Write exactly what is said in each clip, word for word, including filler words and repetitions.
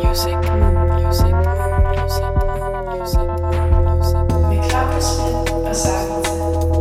Music Mood, Music Mood, Music Mood, Music Mood, Music Mood. Med Claudia Smith og Sara Vita.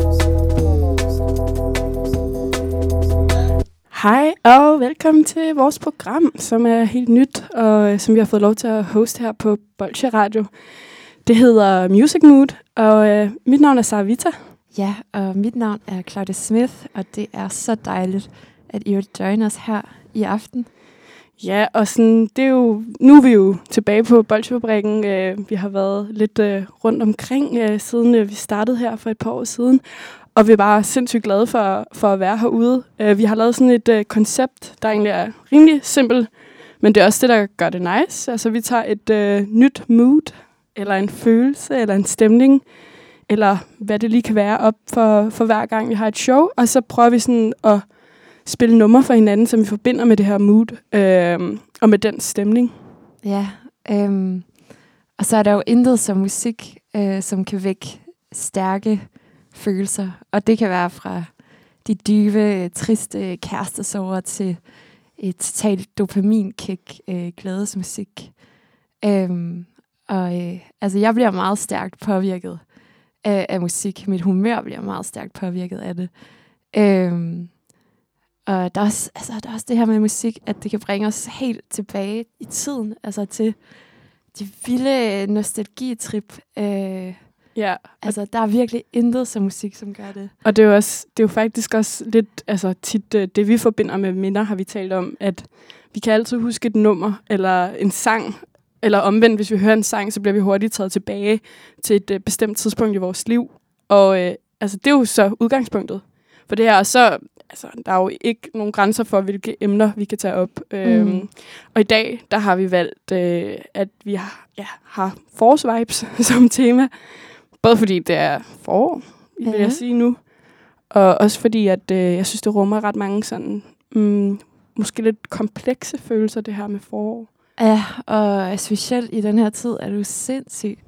Hej og velkommen til vores program, som er helt nyt, og som vi har fået lov til at hoste her på Bolsje Radio. Det hedder Music Mood, og øh, mit navn er Sara Vita. Ja, og mit navn er Claudia Smith, og det er så dejligt, at I vil join os her i aften. Ja, og sådan, det er jo, nu er vi jo tilbage på Bolsjefabrikken. Øh, vi har været lidt øh, rundt omkring, øh, siden øh, vi startede her for et par år siden. Og vi er bare sindssygt glade for, for at være herude. Uh, vi har lavet sådan et uh, koncept, der egentlig er rimelig simpelt, men det er også det, der gør det nice. Altså, vi tager et uh, nyt mood, eller en følelse, eller en stemning, eller hvad det lige kan være, op for, for hver gang vi har et show. Og så prøver vi sådan at spille numre for hinanden, som vi forbinder med det her mood, uh, og med den stemning. Ja, øhm, og så er der jo intet som musik, øh, som kan vække stærke følelser, og det kan være fra de dybe, triste kærestesorger til et totalt dopaminkick, øh, glædesmusik. Øhm, og øh, altså, jeg bliver meget stærkt påvirket af, af musik. Mit humør bliver meget stærkt påvirket af det. Øhm, og der er, også, altså, der er også det her med musik, at det kan bringe os helt tilbage i tiden, altså til de vilde nostalgitrip. Øh, Ja, altså der er virkelig intet som musik, som gør det. Og det er jo, også, det er jo faktisk også lidt, altså tit det vi forbinder med minder, har vi talt om, at vi kan altid huske et nummer, eller en sang, eller omvendt, hvis vi hører en sang, så bliver vi hurtigt taget tilbage til et uh, bestemt tidspunkt i vores liv. Og øh, altså det er jo så udgangspunktet for det her, og så, altså der er jo ikke nogen grænser for, hvilke emner vi kan tage op. Mm. Øhm, og i dag, der har vi valgt, øh, at vi har, ja, har forårsvibes som tema. Både fordi det er forår, vil ja. jeg sige nu, og også fordi, at øh, jeg synes, det rummer ret mange sådan, mm, måske lidt komplekse følelser, det her med forår. Ja, og specielt i den her tid er du sindssyg.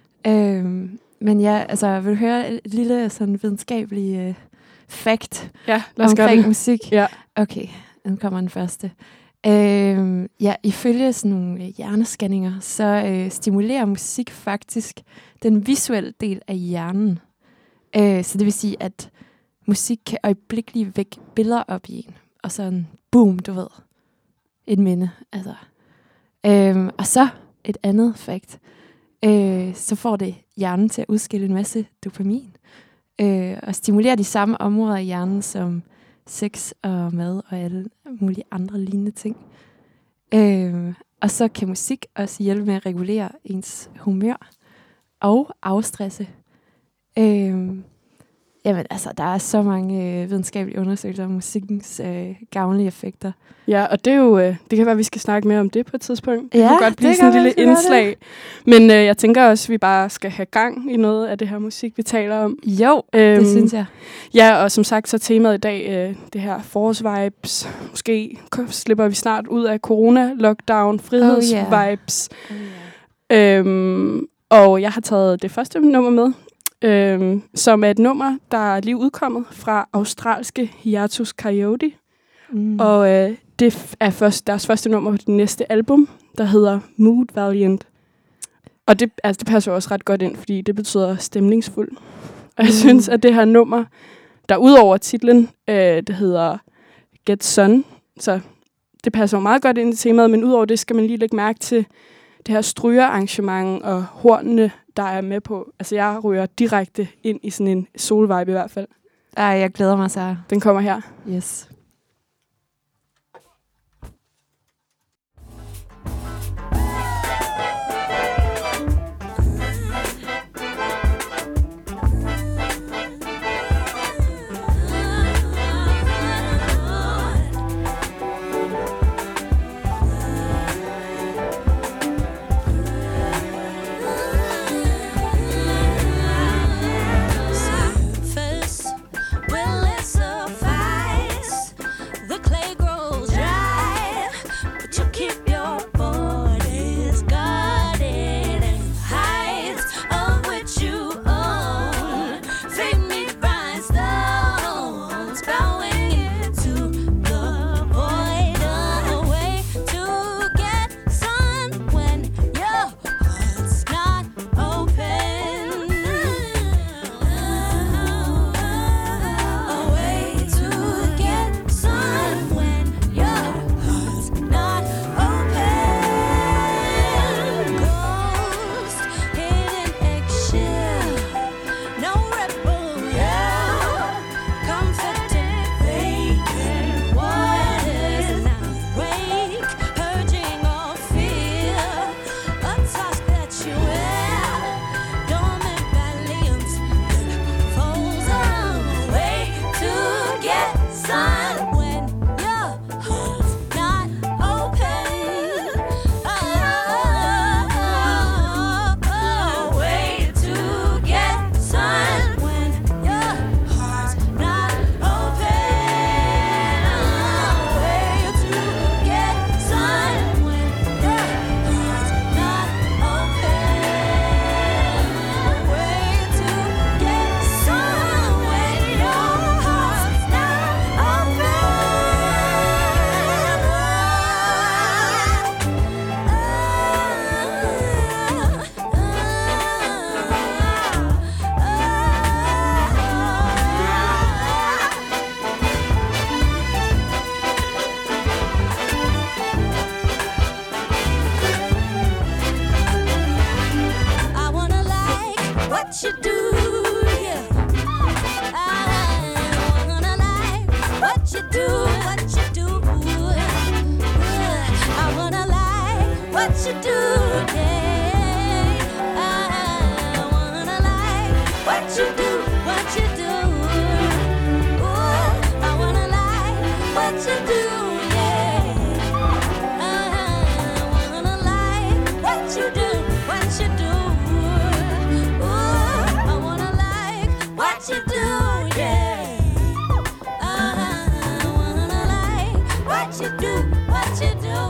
Øhm, men ja, altså, vil du høre et lille sådan videnskabelig øh, fact ja, lad os omkring musik? Ja. Okay, nu kommer den første. Øhm, ja, ifølge sådan nogle hjernescanninger, så øh, stimulerer musik faktisk den visuelle del af hjernen. Øh, så det vil sige, at musik kan øjeblikkeligt vække billeder op i en. Og sådan, boom, du ved, et minde. Altså. Øhm, og så et andet fakt. Øh, så får det hjernen til at udskille en masse dopamin. Øh, og stimulerer de samme områder i hjernen som sex og mad og alle mulige andre lignende ting. Øh, og så kan musik også hjælpe med at regulere ens humør og afstresse. Øh, jamen, altså, der er så mange øh, videnskabelige undersøgelser om musikkens øh, gavnlige effekter. Ja, og det er jo, øh, det kan være, at vi skal snakke mere om det på et tidspunkt. Det ja, kan godt blive sådan en lille indslag. Men øh, jeg tænker også, at vi bare skal have gang i noget af det her musik, vi taler om. Jo, øhm, det synes jeg. Ja, og som sagt, så er temaet i dag øh, det her forårsvibes. Måske slipper vi snart ud af corona-lockdown, frihedsvibes. Oh, yeah. oh, yeah. øhm, og jeg har taget det første nummer med, øhm, som er et nummer, der er lige udkommet fra australske Hiatus Kaiyote. Mm. Og øh, det er først, deres første nummer på det næste album, der hedder Mood Valiant. Og det, altså, det passer også ret godt ind, fordi det betyder stemningsfuld. Og jeg mm. synes, at det her nummer, der udover titlen, øh, det hedder Get Sun, så det passer jo meget godt ind i temaet, men udover det skal man lige lægge mærke til det her strygerarrangement og hornene, der er med på. Altså jeg ryger direkte ind i sådan en solvibe i hvert fald. Ej, jeg glæder mig, så. Den kommer her. Yes. Surface will it suffice? what you do, yeah. I wanna like what you do, what you do. I wanna like what you do, yeah. I wanna like what you do, what you do. Ooh, I wanna like what you do, yeah. I wanna like what you do, what you do. Ooh, I wanna like what you do, yeah. I wanna like what you do, what you do.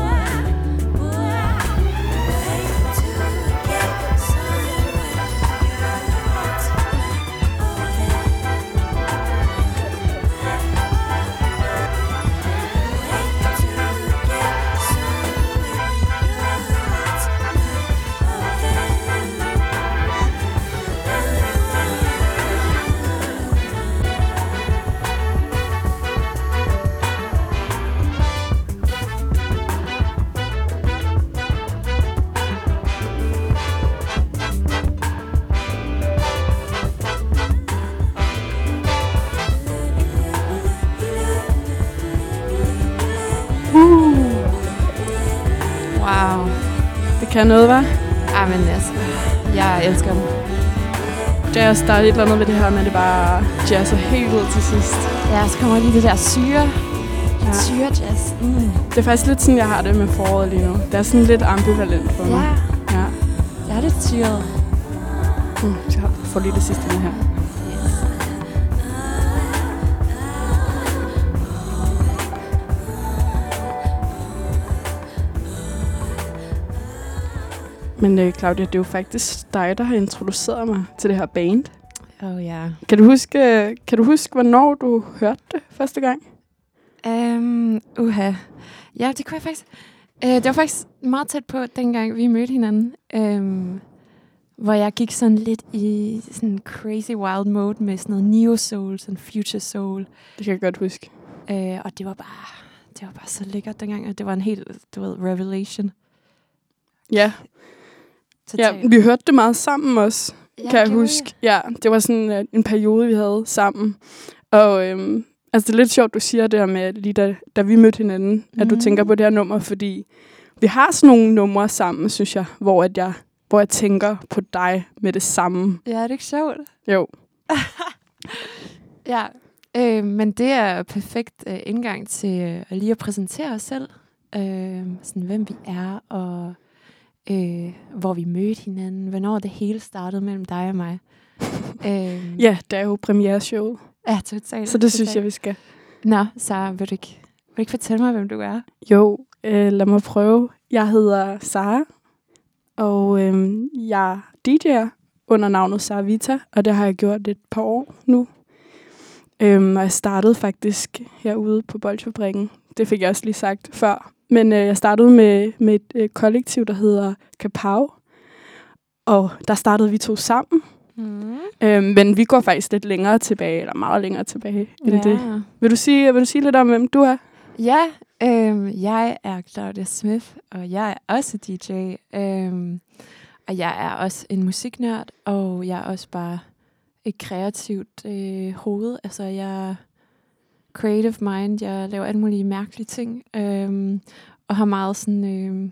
Wow. Det kan noget, hva'? Ej, men altså, jeg elsker dem. Jazz, der er et eller andet ved det her, men det bare jazzer helt ud til sidst. Ja, så kommer lige det der syre. Ja. Syre jazz. Mm. Det er faktisk lidt sådan, jeg har det med foråret lige nu. Det er sådan lidt ambivalent for mig. Ja, Ja. det er lidt syret. Mm, jeg får lige det sidste med her. Men øh, Claudia, det er jo faktisk dig, der har introduceret mig til det her band. Åh oh, ja. Kan du huske, kan du huske, hvornår du hørte det første gang? Um, uha. Ja, det kunne jeg faktisk. Uh, det var faktisk meget tæt på, dengang vi mødte hinanden. Um, hvor jeg gik sådan lidt i sådan crazy wild mode med sådan noget neo-soul, sådan future soul. Det kan jeg godt huske. Uh, og det var bare, det var bare så lækkert dengang, og det var en helt, du ved, revelation. Ja. Total. Ja, vi hørte det meget sammen også, Ja, kan jeg gjorde huske. Ja, det var sådan uh, en periode, vi havde sammen. Og øhm, altså, det er lidt sjovt, du siger det her med, lige da, da vi mødte hinanden, mm. at du tænker på det her nummer, fordi vi har sådan nogle numre sammen, synes jeg, hvor, at jeg, hvor jeg tænker på dig med det samme. Ja, er det ikke sjovt? Jo. Ja, øh, men det er perfekt øh, indgang til øh, lige at præsentere os selv. Øh, sådan, hvem vi er, og øh, hvor vi mødte hinanden, hvornår det hele startede mellem dig og mig. øh, Ja, det er jo premiereshowet, ja, totalt. så det synes jeg, vi skal. Nå, Sara, vil du ikke, vil du ikke fortælle mig, hvem du er? Jo, øh, lad mig prøve. Jeg hedder Sara, og øh, jeg D J'er under navnet Sara Vita, og det har jeg gjort et par år nu. Øhm, og jeg startede faktisk herude på Bolsjefabrikken. Det fik jeg også lige sagt før. Men øh, jeg startede med, med et øh, kollektiv, der hedder Kapow. Og der startede vi to sammen. Mm. Øhm, men vi går faktisk lidt længere tilbage, eller meget længere tilbage end Ja. det. Vil du sige, vil du sige lidt om, hvem du er? Ja, øh, jeg er Claudia Smith, og jeg er også D J. Øh, og jeg er også en musiknørd, og jeg er også bare et kreativt øh, hoved. Altså, jeg er creative mind. Jeg laver alle mulige mærkelige ting, øh, og har meget sådan... Øh,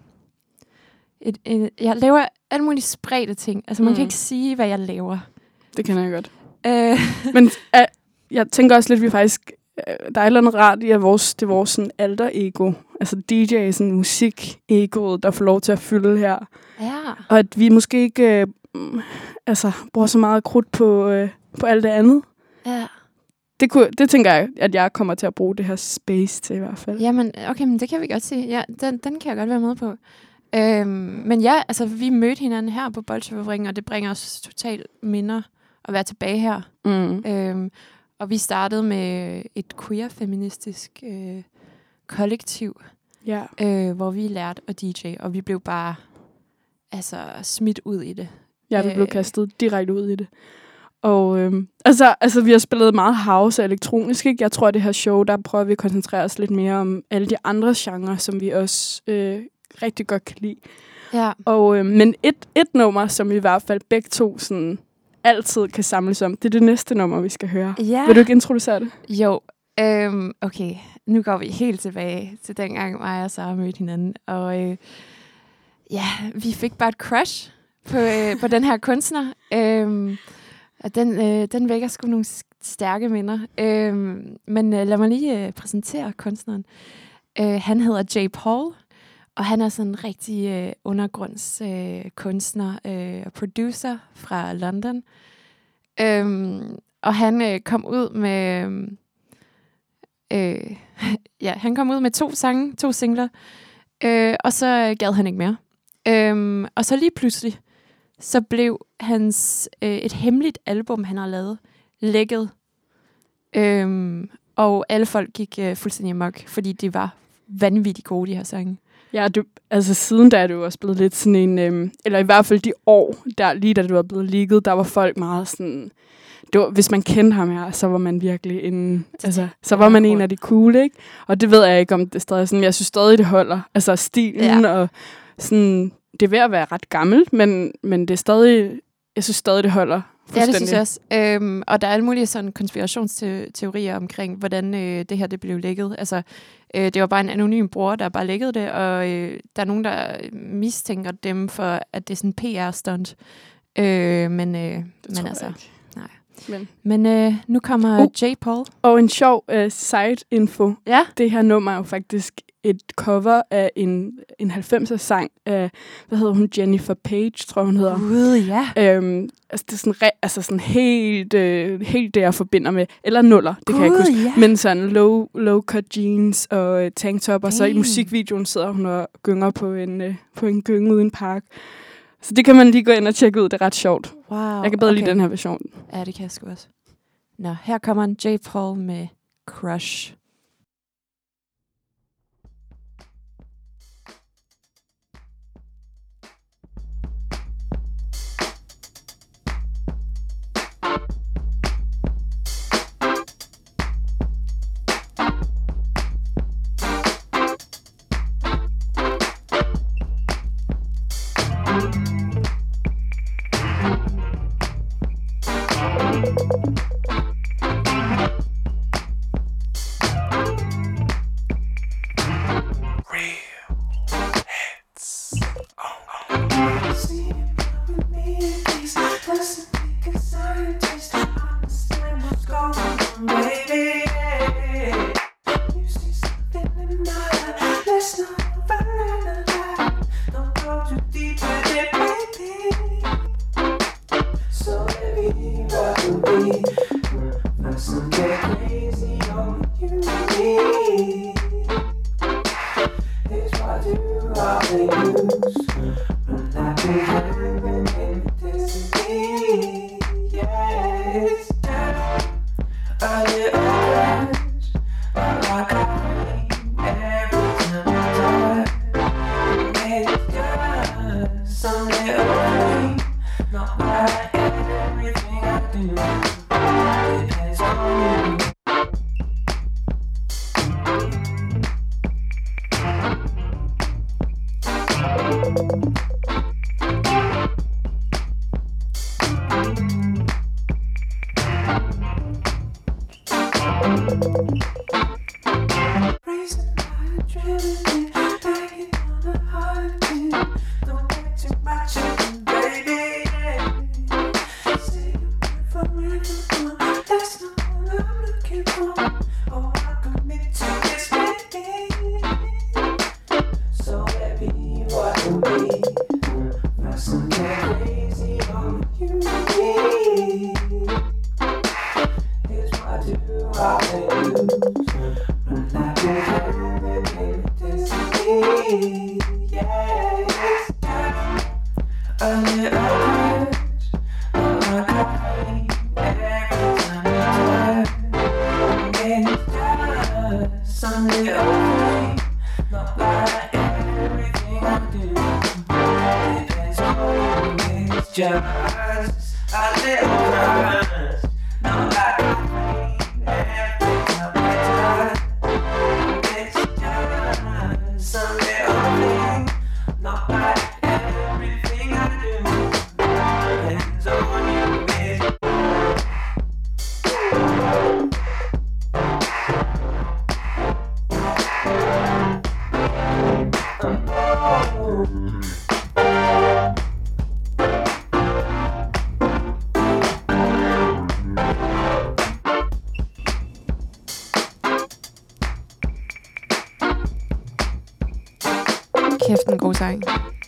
et, et, jeg laver alle mulige spredte ting. Altså, man Mm. kan ikke sige, hvad jeg laver. Det kender jeg godt. Øh, Men øh, jeg tænker også lidt, vi faktisk... Øh, der er et eller andet rart i, at vores, det er vores sådan alter-ego. Altså D J, sådan musik-egoet, der får lov til at fylde her. ja. Og at vi måske ikke øh, altså, bruger så meget krudt på, øh, på alt det andet. Ja. Det, kunne, det tænker jeg, at jeg kommer til at bruge det her space til i hvert fald. Jamen, okay, men det kan vi godt sige. Ja, den, den kan jeg godt være med på. Øhm, men ja, altså, vi mødte hinanden her på Bolsjefabrikken, og det bringer os totalt minder at være tilbage her. Mm. Øhm, og vi startede med et queer-feministisk øh, kollektiv, Ja. øh, hvor vi lærte at D J, og vi blev bare altså smidt ud i det. Ja, vi blev Øh. kastet direkte ud i det. Og øhm, altså, altså, vi har spillet meget house og elektronisk, ikke? Jeg tror, at det her show, der prøver vi at koncentrere os lidt mere om alle de andre genrer, som vi også øh, rigtig godt kan lide. Ja. Og, øh, men et, et nummer, som vi i hvert fald begge to sådan, altid kan samles om. Det er det næste nummer, vi skal høre. Ja. Vil du ikke introducere det? Jo, øhm, okay. Nu går vi helt tilbage til dengang mig og Sara mødte hinanden. Og øh, ja, vi fik bare et crush på, øh, på den her kunstner. Øhm, og den, øh, den vækker sgu nogle stærke minder. Øhm, men øh, lad mig lige øh, præsentere kunstneren. Øh, han hedder Jay Paul, og han er sådan en rigtig øh, undergrundskunstner øh, kunstner, øh, og producer fra London. Øhm, og han øh, kom ud med øh, ja, han kom ud med to sange, to singler, øh, og så gad han ikke mere. Øhm, og så lige pludselig, så blev hans øh, et hemmeligt album, han har lavet, lækket. Øhm, og alle folk gik øh, fuldstændig amok, fordi de var vanvittigt gode, de her sange. Ja, du, altså siden da er du også blevet lidt sådan en, øhm, eller i hvert fald de år, der, lige da du var blevet ligget, der var folk meget sådan, det var, hvis man kendte ham her, så var man virkelig en, altså, så var man en af de cool, ikke? Og det ved jeg ikke, om det stadig er sådan, jeg synes stadig, det holder. Altså stilen, ja. Og sådan, det er ved at være ret gammelt, men, men det er stadig, jeg synes stadig, det holder. Ja, det synes jeg også. Øhm, og der er alle mulige sådan konspirationsteorier omkring, hvordan øh, det her det blev lækket. Altså, øh, det var bare en anonym bror, der bare lækkede det, og øh, der er nogen, der mistænker dem for, at det er sådan en P R-stunt. Øh, men øh, men altså, ikke. nej. Men, men øh, nu kommer uh, Jay Paul. Og en sjov uh, side-info. Ja. Det her nummer er jo faktisk et cover af en, en halvfemser-sang af, hvad hedder hun, Jennifer Page, tror hun hedder. Gud, ja. Øhm, altså, det er sådan, re- altså sådan helt, øh, helt det, jeg forbinder med, eller nuller, det God, kan jeg ikke huske. Ja. Men sådan low, low-cut jeans og øh, tanktop, og så i musikvideoen sidder hun og gynger på en, øh, på en gynge ude i en park. Så det kan man lige gå ind og tjekke ud, det er ret sjovt. Wow, jeg kan bedre okay. lide den her version. Ja, det kan jeg sgu også. Nå, her kommer en Jay Paul med Crush. Kæft en god sang.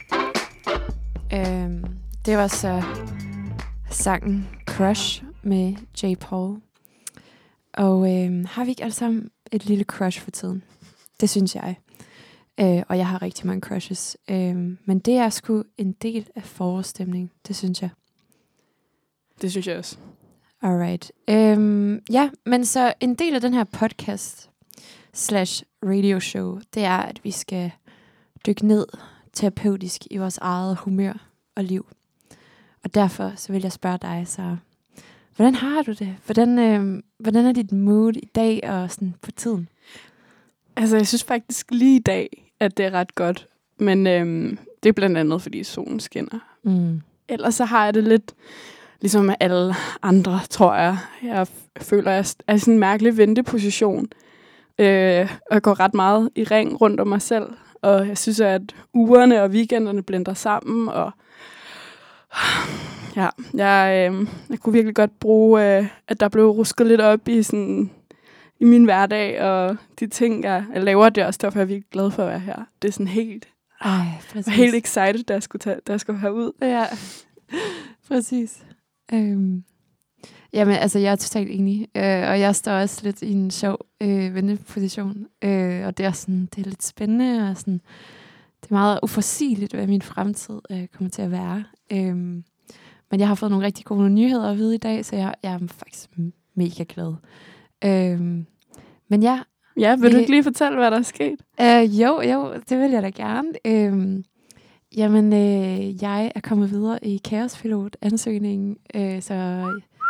Øhm, det var så sangen Crush med J. Paul. Og øhm, har vi ikke alle sammen et lille crush for tiden? Det synes jeg. Øh, og jeg har rigtig mange crushes. Øhm, men det er sgu en del af forårsstemning. Det synes jeg. Det synes jeg også. Alright. Øhm, ja, men så en del af den her podcast slash radio show, det er, at vi skal dykke ned terapeutisk i vores eget humør og liv. Og derfor så vil jeg spørge dig, så hvordan har du det? Hvordan, øh, hvordan er dit mood i dag og sådan på tiden? Altså, jeg synes faktisk lige i dag, at det er ret godt. Men øhm, det er blandt andet, fordi solen skinner. Mm. Ellers så har jeg det lidt ligesom alle andre, tror jeg. Jeg føler, at jeg er i sådan en mærkelig venteposition. Øh, og jeg går ret meget i ring rundt om mig selv. Og jeg synes, at ugerne og weekenderne blender sammen. Og ja, jeg, øh, jeg kunne virkelig godt bruge, øh, at der blev rusket lidt op i, sådan, i min hverdag. Og de ting, jeg, jeg laver, det er også derfor, jeg er virkelig glad for at være her. Det er sådan helt, Ej, jeg var helt excited, da jeg skulle, tage, da jeg skulle herud. Ja, præcis. Øhm. Jamen, altså, jeg er totalt enig. Øh, og jeg står også lidt i en sjov øh, venteposition. Øh, og det er, sådan, det er lidt spændende, og sådan, det er meget uforudsigeligt, hvad min fremtid øh, kommer til at være. Øh, men jeg har fået nogle rigtig gode nyheder at vide i dag, så jeg, jeg er faktisk mega glad. Øh, men ja. Ja, vil du ikke lige fortælle, hvad der er sket? Øh, jo, jo, det vil jeg da gerne. Øh, jamen, øh, jeg er kommet videre i Kaospilot-ansøgningen, øh, så...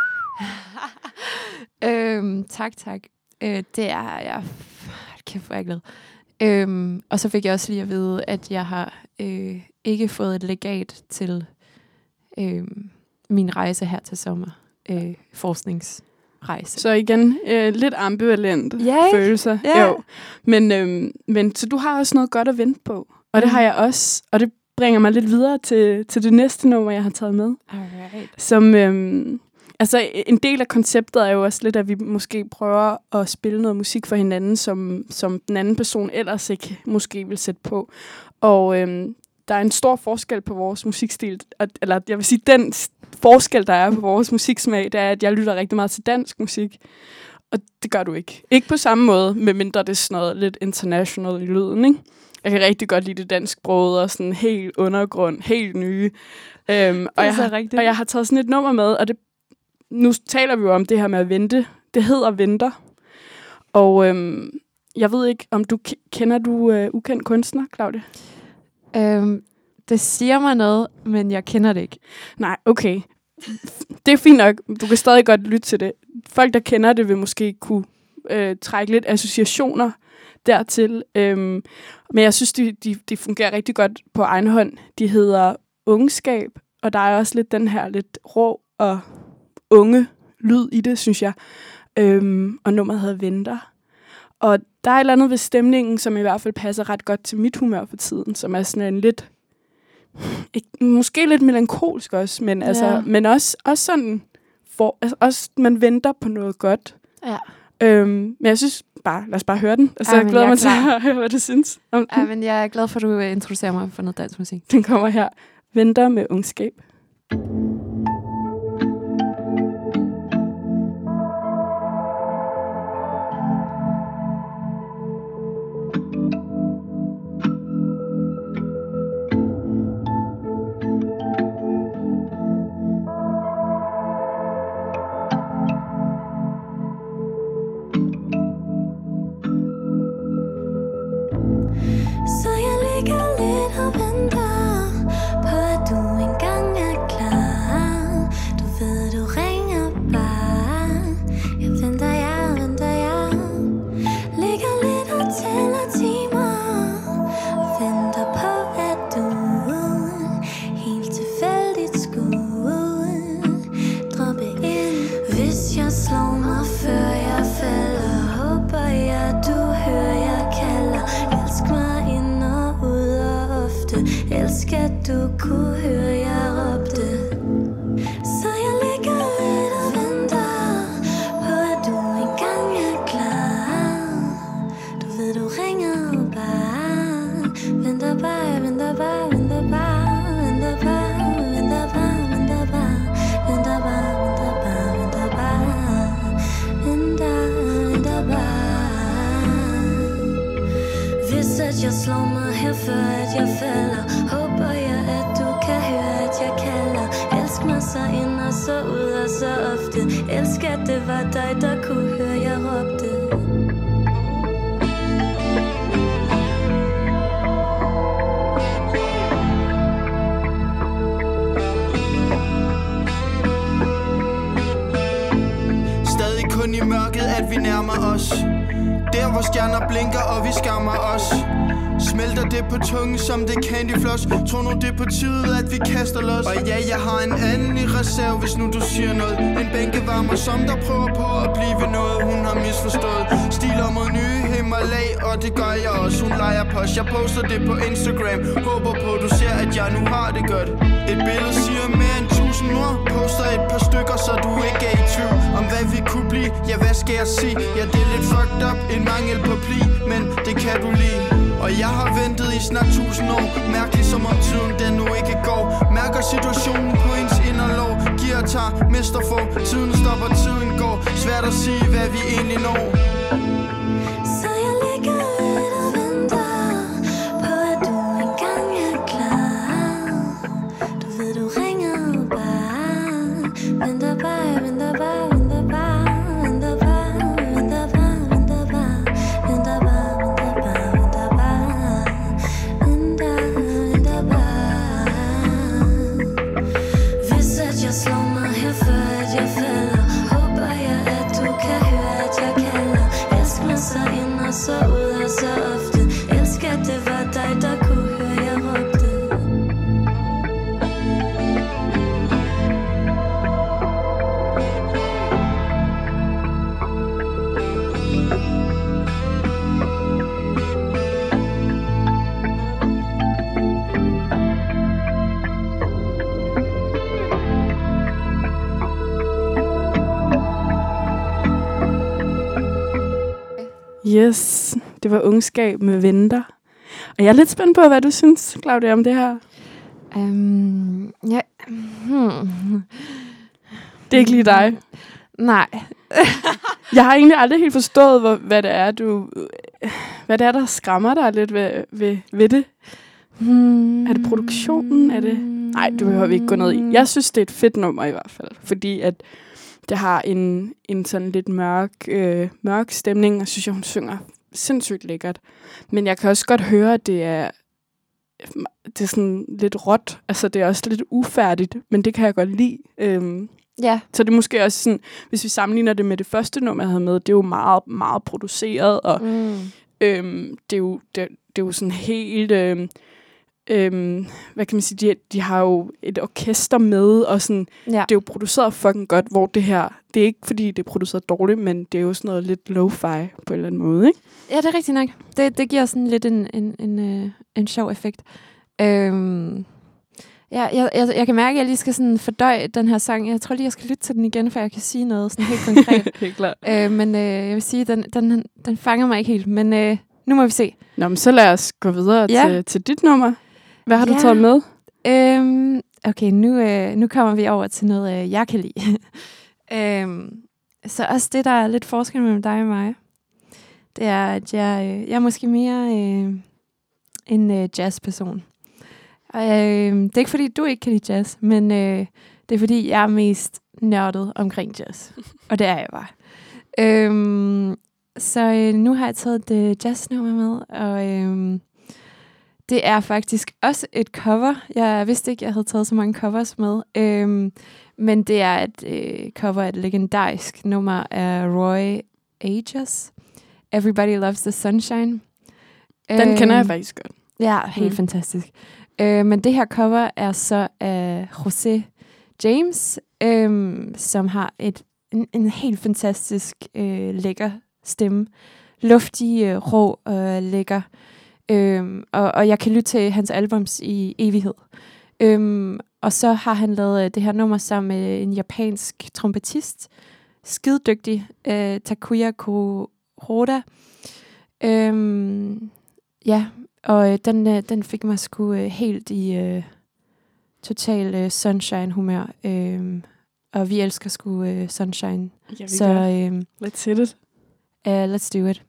øhm, tak, tak. Øh, det er jeg... Kæft, hvor er jeg glad. Øhm, og så fik jeg også lige at vide, at jeg har øh, ikke fået et legat til øh, min rejse her til sommer. Øh, forskningsrejse. Så igen, øh, lidt ambivalent ja, følelser. Ja. Jo. Men, øhm, men så du har også noget godt at vente på. Og det Mm. har jeg også. Og det bringer mig lidt videre til, til det næste nummer, jeg har taget med. Alright. Som... Øhm, Altså, en del af konceptet er jo også lidt, at vi måske prøver at spille noget musik for hinanden, som, som den anden person ellers ikke måske vil sætte på. Og øhm, der er en stor forskel på vores musikstil. Eller jeg vil sige, den forskel, der er på vores musiksmag, det er, at jeg lytter rigtig meget til dansk musik. Og det gør du ikke. Ikke på samme måde, medmindre det er sådan noget lidt international i lyden, ikke? Jeg kan rigtig godt lide det dansksprogede og sådan helt undergrund, helt nye. Øhm, og, jeg har, og jeg har taget sådan et nummer med, og det nu taler vi jo om det her med at vente. Det hedder Venter. Og øhm, jeg ved ikke, om du kender du øh, ukendt kunstner, Claudia? Øhm, det siger mig noget, men jeg kender det ikke. Nej, okay. Det er fint nok. Du kan stadig godt lytte til det. Folk, der kender det, vil måske kunne øh, trække lidt associationer dertil. Øhm, men jeg synes, de, de, de fungerer rigtig godt på egen hånd. De hedder Ungskab, og der er også lidt den her lidt rå og unge lyd i det, synes jeg. Øhm, og nummeret hedder Venter. Og der er et eller andet ved stemningen, som i hvert fald passer ret godt til mit humør for tiden, som er sådan en lidt, ikke, måske lidt melankolsk også, men, ja. altså, men også, også sådan, for, altså, også man venter på noget godt. Ja. Øhm, men jeg synes bare, lad os bare høre den. Altså, ja, jeg glæder mig til at høre, hvad du synes om den. Ja, men jeg er glad for, at du introducerer mig for noget dansk musik. Den kommer her. Venter med Ungskab. Så jeg ligger lidt og venter på, at du engang er klar. Du ved, du ringer bare. Jeg venter, jeg venter, jeg ligger lidt og tæller timer og venter på, at du helt tilfældigt skulle droppe ind. Hvis jeg slår mig før jeg falder, håber jeg, du hører, jeg kalder. Elsk mig ind og ud ofte. Elsker at du kunne høre jeg råbte. Så jeg ligger lidt og venter på at du engang er klar. Du ved du ringer bare. Venter bare, venter bare, venter bare. Venter bare, venter bare, venter bare. Venter bare, venter bare, venter bare. Venter, venter bare. Hvis at jeg slår mig her før at jeg falder, håber jeg at du kan høre at jeg kalder. Elsk mig så ind og så ud og så ofte. Elsk at det var dig der kunne høre jeg råbte. Stadig kun i mørket at vi nærmer os. Der hvor stjerner blinker og vi skammer os. Smelter det på tungen som det candyfloss. Tror nu det er på tide at vi kaster los. Og ja, jeg har en anden i reserve hvis nu du siger noget. En bænkevarmer som der prøver på at blive noget hun har misforstået. Stiler mod nye himmelag og det gør jeg også. Hun leger post, jeg poster det på Instagram. Håber på du ser at jeg nu har det godt. Et billede siger mere end tusind ord. Poster et par stykker så du ikke er i tvivl om hvad vi kunne blive. Ja hvad skal jeg sige? Ja det er lidt fucked up. En mangel på pli, men det kan du lide. Og jeg har ventet i snart tusind år. Mærkeligt som om tiden den nu ikke går. Mærker situationen på ens inderlov. Giver og tager, mister få. Tiden stopper, tiden går. Svært at sige hvad vi egentlig når. Så jeg ligger lidt og venter på at du engang er klar. Du ved du ringer bare. Venter bare, venter bare, venter bare. Venter bare, venter bare, venter bare. Venter bare, venter bare, venter bare. Venter, venter bare. Hvis at jeg slår mig her før at jeg falder, håber jeg at du kan høre at jeg kalder. Elsk mig så ind og så ud og så ofte. Elsk at det var dig der kunne høre jeg råbte. Yes, det var Ungskab med Venter. Og jeg er lidt spændt på, hvad du synes, Claudia, om det her. Um, ja. Hmm. Det er ikke lige dig. Nej. Jeg har egentlig aldrig helt forstået, hvor, hvad det er, du, hvad det er, der skræmmer dig lidt ved, ved, ved det. Hmm. Er det produktionen? Er det? Nej, det behøver vi ikke gå ned i. Jeg synes, det er et fedt nummer i hvert fald, fordi at det har en, en sådan lidt mørk, øh, mørk stemning, og synes jeg, hun synger sindssygt lækkert. Men jeg kan også godt høre, at det er, det er sådan lidt råt. Altså, det er også lidt ufærdigt, men det kan jeg godt lide. Øhm, Ja. så det er måske også sådan, hvis vi sammenligner det med det første nummer, jeg havde med, det er jo meget, meget produceret, og Mm. øhm, det, er jo, det, det er jo sådan helt... Øhm, Øhm, hvad kan man sige, de, de har jo et orkester med, og sådan, Ja. det er jo produceret fucking godt, hvor det her, det er ikke fordi, det er produceret dårligt, men det er jo sådan noget lidt lo-fi på en eller anden måde, ikke? Ja, det er rigtigt nok. Det, det giver sådan lidt en, en, en, øh, en sjov effekt. Øhm, ja, jeg, jeg, jeg kan mærke, at jeg lige skal sådan fordøje den her sang. Jeg tror lige, jeg skal lytte til den igen, for jeg kan sige noget sådan helt konkret. Helt klart. øh, men øh, jeg vil sige, den, den, den fanger mig ikke helt. Men øh, nu må vi se. Nå, men så lad os gå videre Ja. til, til dit nummer. Hvad har Ja. du taget med? Øhm, okay, nu, øh, nu kommer vi over til noget, øh, jeg kan lide. øhm, så også det, der er lidt forskel mellem dig og mig, det er, at jeg, øh, jeg er måske mere øh, en øh, jazzperson. Og, øh, det er ikke, fordi du ikke kan lide jazz, men øh, det er, fordi jeg er mest nørdet omkring jazz. Og det er jeg bare. Øhm, så øh, nu har jeg taget et jazznummer med, og... Øh, det er faktisk også et cover. Jeg vidste ikke, jeg havde taget så mange covers med. Øhm, men det er et øh, cover af et legendarisk nummer af Roy Ayers. Everybody Loves the Sunshine. Den øhm, kender jeg faktisk godt. Ja, helt Mm. fantastisk. Øh, men det her cover er så af José James, øhm, som har et, en, en helt fantastisk øh, lækker stemme. Luftig, øh, rå og lækker. Øhm, og, og jeg kan lytte til hans albums i evighed. Øhm, og så har han lavet øh, det her nummer sammen med en japansk trompetist, skiddygtig, øh, Takuya Kuroda. Øhm, ja, og øh, den, øh, den fik mig sgu øh, helt i øh, total øh, sunshine-humør. Øh, og vi elsker sgu øh, sunshine. Ja, vi så gør. øh, Let's hit it. uh, let's do it.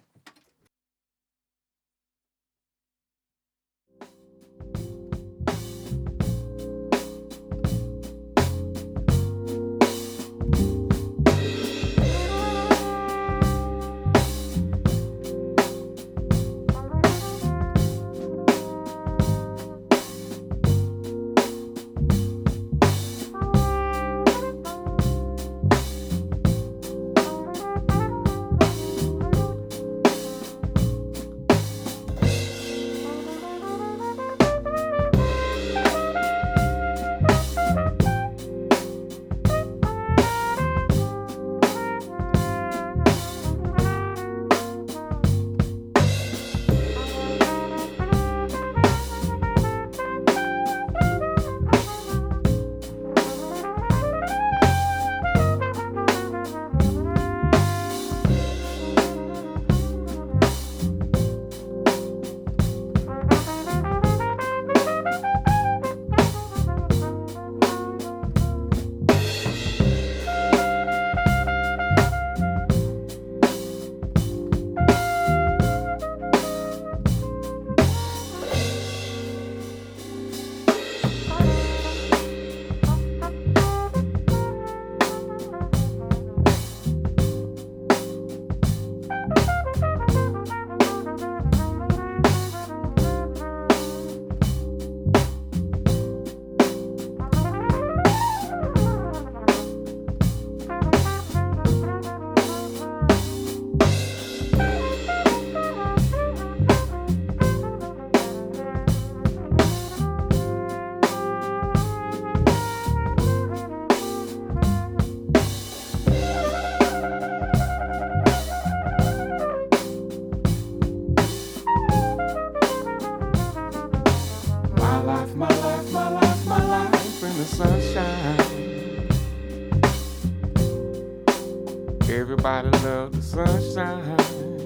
Everybody love the sunshine.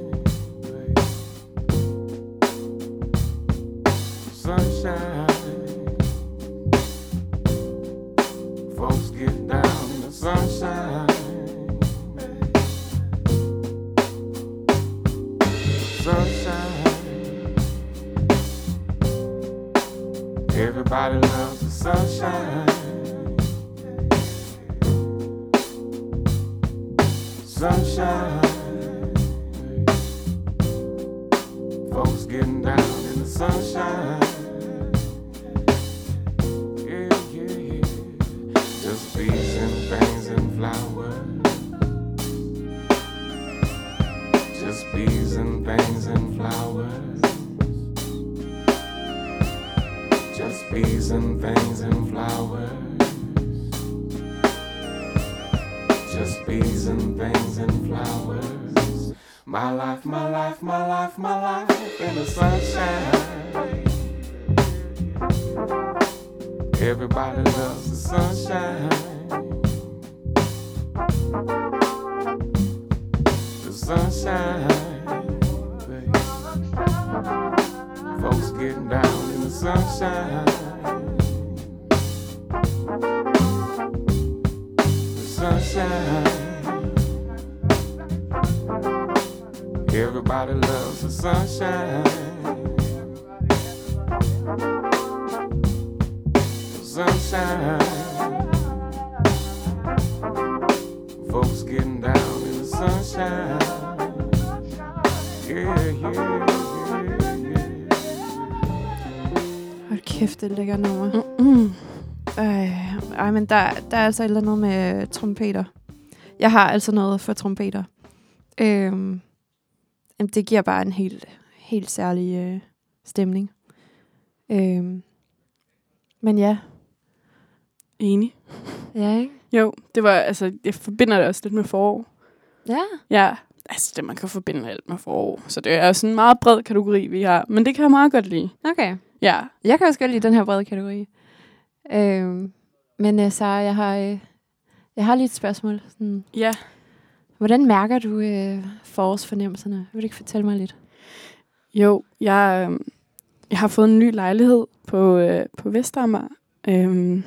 Sunshine. Folks get down in the sunshine. Sunshine. Everybody loves the sunshine. Sunshine. Folks getting down in the sunshine. Yeah, yeah, yeah. Just bees and things and flowers. Just bees and things and flowers. Just bees and things and flowers. Just bees and things and flowers. My life, my life, my life, my life in the sunshine. Everybody loves the sunshine. The sunshine. Folks getting down in the sunshine. Sunshine. Everybody loves the sunshine. Sunshine. Folks getting down in the sunshine. Yeah, yeah, yeah, yeah. Hold kæft, det er lækker nummer. Mm-mm. Ej, ej, men der, der er altså et eller andet med trompeter. Jeg har altså noget for trompeter. Øhm, det giver bare en helt, helt særlig øh, stemning. Øhm, men ja. Enig. Ja, ikke? Jo, det var, altså, jeg forbinder det også lidt med forår. Ja. Ja, altså det, man kan forbinde alt med forår. Så det er sådan en meget bred kategori, vi har. Men det kan jeg meget godt lide. Okay. Ja. Jeg kan også godt lide den her brede kategori. Øhm, men uh, Sara, jeg har, uh, jeg har lige et spørgsmål. Sådan, Ja. hvordan mærker du uh, forårsfornemmelserne? Vil du ikke fortælle mig lidt? Jo, jeg, øh, jeg har fået en ny lejlighed på, øh, på Vestamager. Øhm,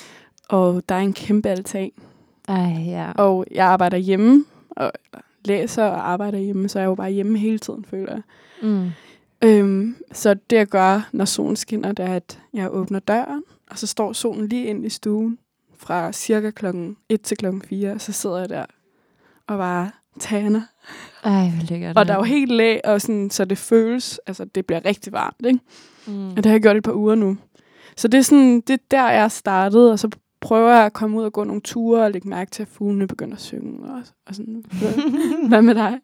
og der er en kæmpe altan. Ej, ja. Og jeg arbejder hjemme, og læser og arbejder hjemme, så jeg er jo bare hjemme hele tiden, føler jeg. Mm. Øhm, så det jeg gør, når solen skinner, det er, at jeg åbner døren, og så står solen lige ind i stuen fra cirka klokken et til klokken fire, og så sidder jeg der og bare tanner. Ej, hvor lækkert. Og der er jo helt læ, og sådan, så det føles, altså det bliver rigtig varmt, ikke? Mm. Og det har jeg gjort et par uger nu. Så det er sådan, det er der, jeg er startet, og så prøver jeg at komme ud og gå nogle ture og lægge mærke til, at fuglene begynder at synge. Og, og sådan. Hvad med dig?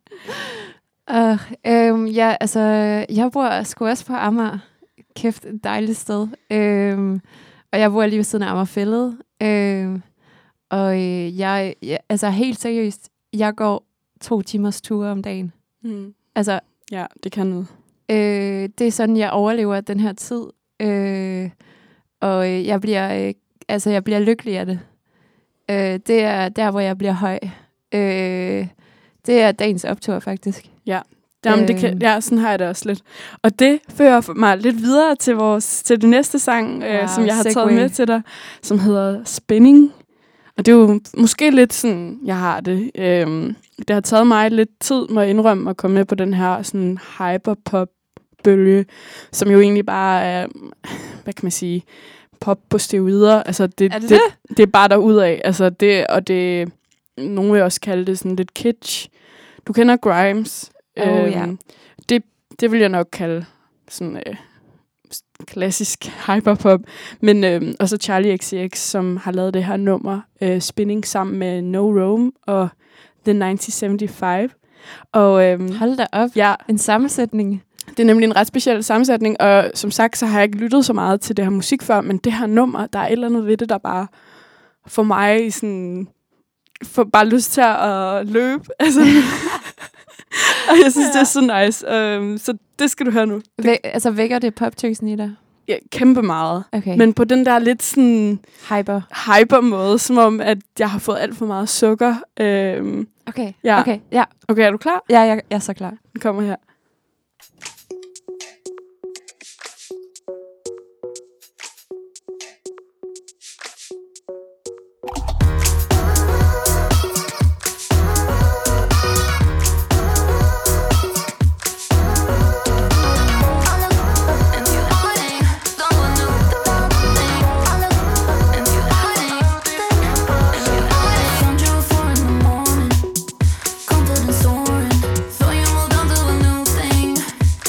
Uh, øhm, ja, altså, jeg bor sgu også på Amager. Kæft, et dejligt sted. Øhm, og jeg bor lige ved siden af Amagerfælled. Øhm, og øh, jeg, jeg, altså helt seriøst, jeg går to timers ture om dagen. Mm. Altså, Ja, det kan noget. øh, det er sådan, jeg overlever den her tid. Øh, og øh, jeg bliver, øh, altså, jeg bliver lykkelig af det. Øh, det er der, hvor jeg bliver høj. Øh, det er dagens optur, faktisk. Ja. Jamen, det kan, ja, sådan har jeg det også lidt. Og det fører mig lidt videre til vores til det næste sang, Wow, øh, som jeg har segue. taget med til dig, som hedder Spinning. Og det er jo måske lidt sådan, jeg har det. Øhm, det har taget mig lidt tid, må jeg indrømme, at komme med på den her sådan hyperpop-bølge, som jo egentlig bare er, hvad kan man sige, pop på steroider. Altså, det, Er det det, det? det er bare derudad. Altså, det, og det, nogen vil også kalde det sådan lidt kitsch. Du kender Grimes. Oh, ja. det, det vil jeg nok kalde sådan øh, klassisk hyperpop. Men øh, også Charlie X C X, som har lavet det her nummer, øh, Spinning, sammen med No Rome og The nitten syvoghalvfems. Og øh, Hold da op. ja, En sammensætning. det er nemlig en ret speciel sammensætning, og som sagt, så har jeg ikke lyttet så meget til det her musik før, men det her nummer, der er et eller andet ved det, der bare får mig sådan, får bare lyst til at løbe. Altså. Og jeg synes, ja. det er så nice. Um, så det skal du høre nu. Væ- altså vækker det poptøsen i dig? Ja, kæmpe meget. Okay. Men på den der lidt sådan Hyper. hyper-måde, som om, at jeg har fået alt for meget sukker. Um, Okay. Ja. Okay, ja. okay, er du klar? Ja, jeg, jeg er så klar. Den kommer her. Confidence soaring, thought you moved on to a new thing.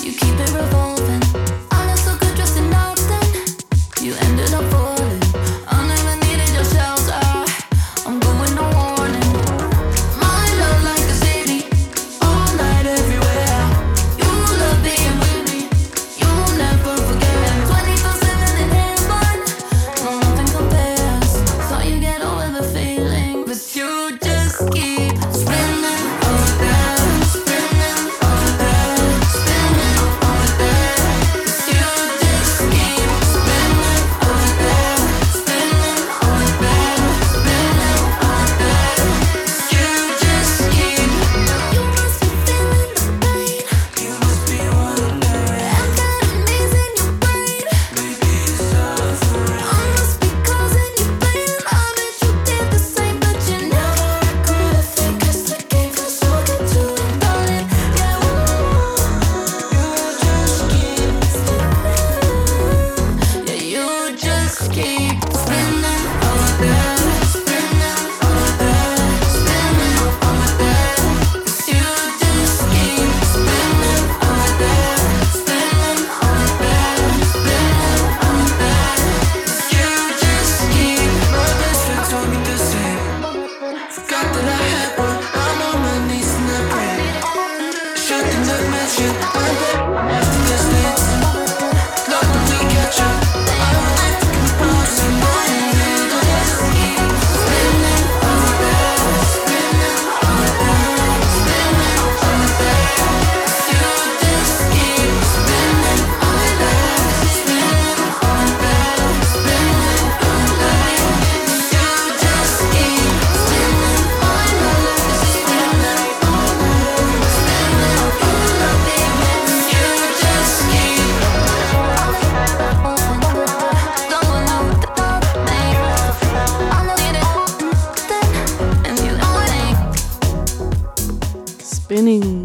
Evening.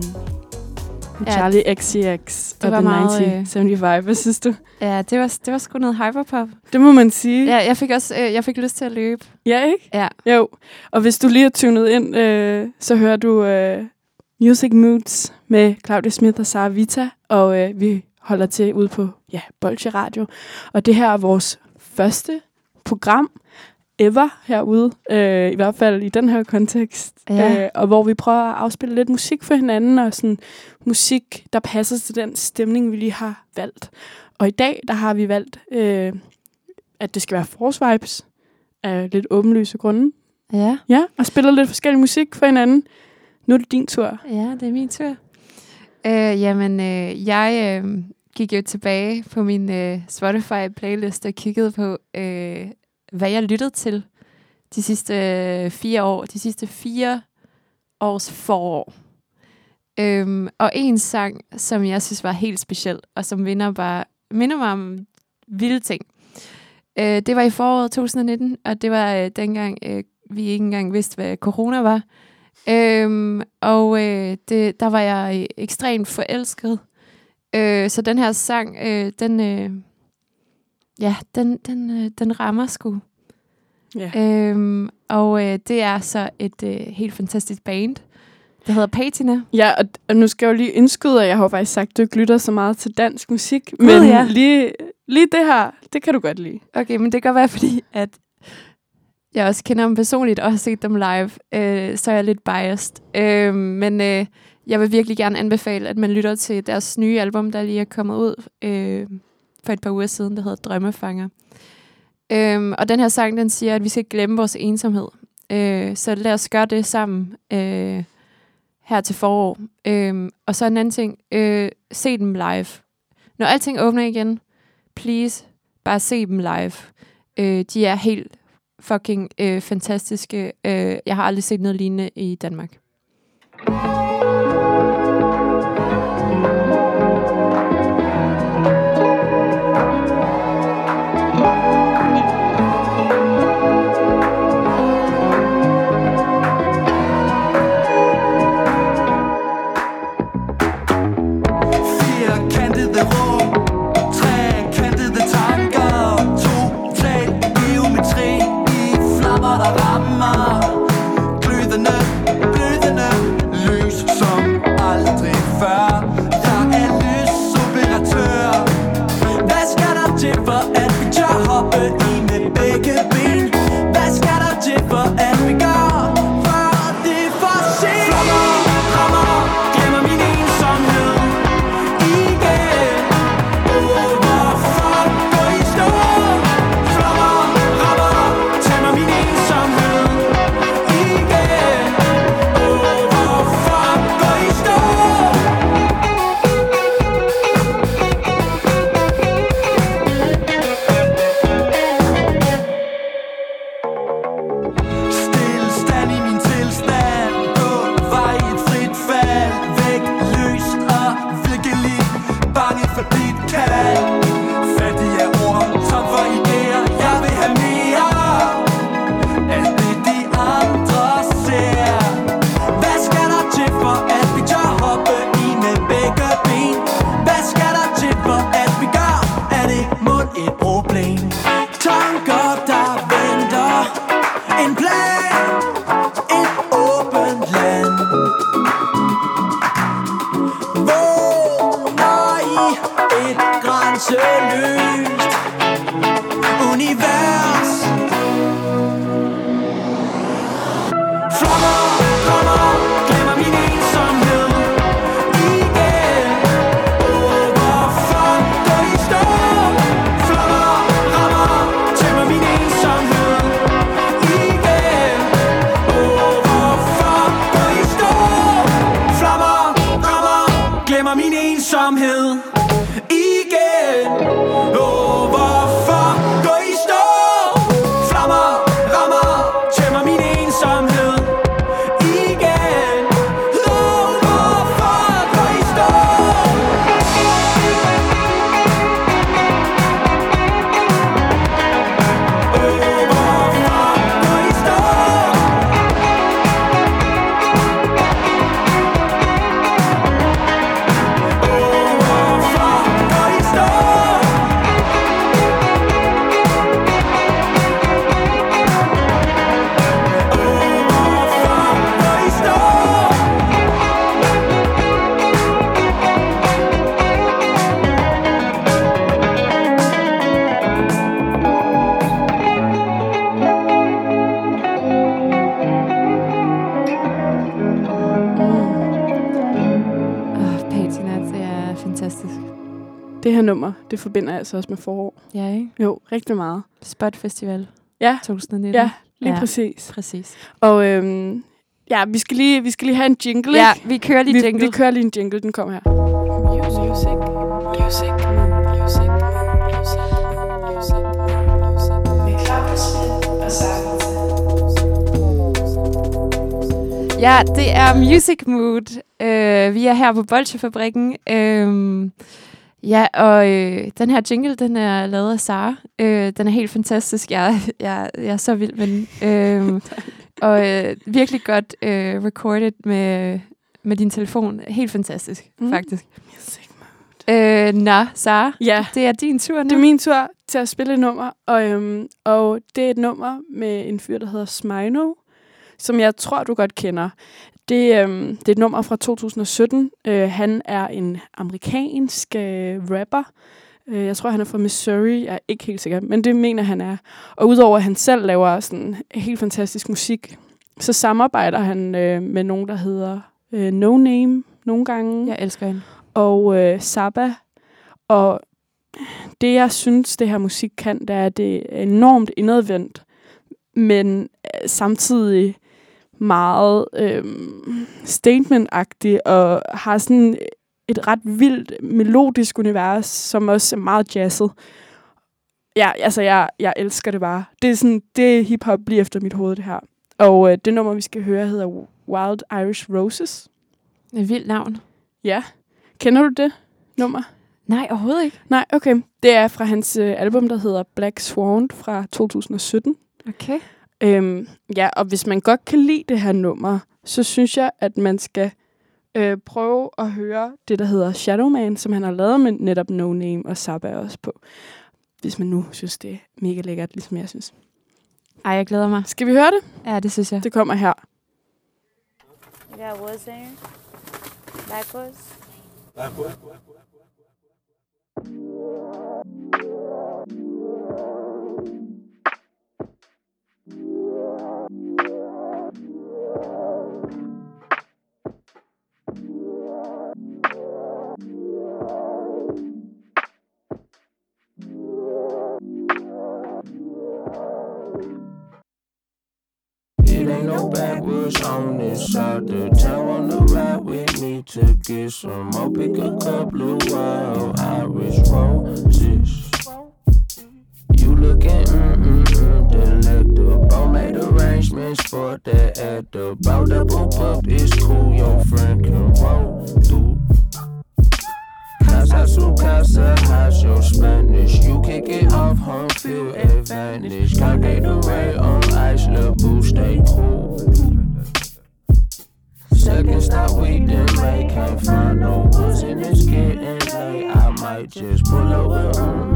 Ja, Charlie X C X det og var The meget, nitten øh, halvfems. Hvad synes du? Ja, det var, det var sgu noget hyperpop. Det må man sige. Ja, jeg fik også øh, jeg fik lyst til at løbe. Ja, ikke? Ja. Jo. Og hvis du lige har tunet ind, øh, så hører du øh, Music Moods med Claudia Smith og Sara Vita. Og øh, vi holder til ude på ja, Bolsje Radio. Og det her er vores første program ever herude. Øh, I hvert fald i den her kontekst. Ja. Øh, og hvor vi prøver at afspille lidt musik for hinanden. Og sådan musik, der passer til den stemning, vi lige har valgt. Og i dag, der har vi valgt, øh, at det skal være Force Vibes. Af lidt åbenlyse grunde. Ja. Ja, og spiller lidt forskellig musik for hinanden. Nu er det din tur. Ja, det er min tur. Øh, jamen, øh, jeg øh, gik jo tilbage på min øh, Spotify-playlist og kiggede på, øh, hvad jeg lyttede til de sidste øh, fire år. De sidste fire års forår. Øhm, og en sang, som jeg synes var helt speciel, og som minder, bare, minder mig om vilde ting. Øh, det var i foråret to tusind nitten, og det var øh, dengang, øh, vi ikke engang vidste, hvad corona var. Øhm, og øh, det, der var jeg øh, ekstremt forelsket. Øh, så den her sang, øh, den, øh, ja, den, den, øh, den rammer sgu. Ja. Øhm, og øh, det er så et øh, helt fantastisk band. Det hedder Patina. Ja, og, og nu skal jeg jo lige indskyde, at jeg har faktisk sagt, at du ikke lytter så meget til dansk musik. Gud, men ja. lige, lige det her, det kan du godt lide. Okay, men det kan godt være, fordi at jeg også kender dem personligt og har set dem live, øh, så er jeg lidt biased. Øh, men øh, jeg vil virkelig gerne anbefale, at man lytter til deres nye album, der lige er kommet ud øh, for et par uger siden, der hedder Drømmefanger. Øh, og den her sang, den siger, at vi skal glemme vores ensomhed. Øh, så lad os gøre det sammen øh, her til forår. Øh, og så en anden ting, øh, se dem live. Når alting åbner igen, please, bare se dem live. Øh, de er helt fucking øh, fantastiske. Øh, jeg har aldrig set noget lignende i Danmark. her nummer, det forbinder jeg altså også med forår. Ja, ikke? Jo, rigtig meget. Spot Festival Ja, to tusind nitten. ja lige Ja. præcis. Præcis. Og øhm, ja, vi skal, lige, vi skal lige have en jingle, Ja, ikke? vi kører lige Vi, jingle. vi kører lige en jingle, den kommer her. Music, music, music, music, music, music. Med Claus og Sarah. Ja, det er Music Mood. Uh, vi er her på Bolsjefabrikken. Uh, ja, og uh, den her jingle, den er lavet af Sara. Uh, den er helt fantastisk. Jeg, jeg, jeg er så vild med den. Uh, og uh, virkelig godt uh, recorded med, med din telefon. Helt fantastisk, Mm. faktisk. Music Mood. Uh, nå, Sara, Ja, det er din tur nu. det er min tur til at spille et nummer, og, øhm, og det er et nummer med en fyr, der hedder Smino, som jeg tror, du godt kender. Det, øhm, det er et nummer fra to tusind og sytten. Øh, han er en amerikansk øh, rapper. Øh, jeg tror, han er fra Missouri. Jeg er ikke helt sikker, men det mener han er. Og udover at han selv laver sådan helt fantastisk musik, så samarbejder han øh, med nogen, der hedder øh, No Name nogle gange. Jeg elsker hende. Og øh, Saba. Og det, jeg synes, det her musik kan, det er, at det er enormt indadvendt, men øh, samtidig meget øh, statement-agtigt, og har sådan et ret vildt melodisk univers, som også er meget jazzet. Ja, altså, jeg, jeg elsker det bare. Det er sådan, det hiphop bliver efter mit hoved, det her. Og øh, det nummer, vi skal høre, hedder Wild Irish Roses. Et vildt navn. Ja. Kender du det nummer? Nej, overhovedet ikke. Nej, okay. Det er fra hans øh, album, der hedder Black Swan fra to tusind og sytten. Okay. Øhm, ja, og hvis man godt kan lide det her nummer, så synes jeg, at man skal øh, prøve at høre det, der hedder Shadow Man, som han har lavet med netop No Name og Saba også på. Hvis man nu synes, det er mega lækkert, ligesom jeg synes. Ej, jeg glæder mig. Skal vi høre det? Ja, det synes jeg. Det kommer her. You got what saying? Backwards? It ain't no backwoods on this side of town. Wanna ride with me to get some more? Pick a couple of wild Irish roses. You looking mm-mm-mm delectable. Made arrangements for that at the bar. The boop up is cool, your friend can roll through. Casa su casa, how's your Spanish? You kick it off, home field advantage. Can't get the ray on ice, little boo, stay cool. Second stop, we done made, can't find no woods and it's getting late. I might just pull over.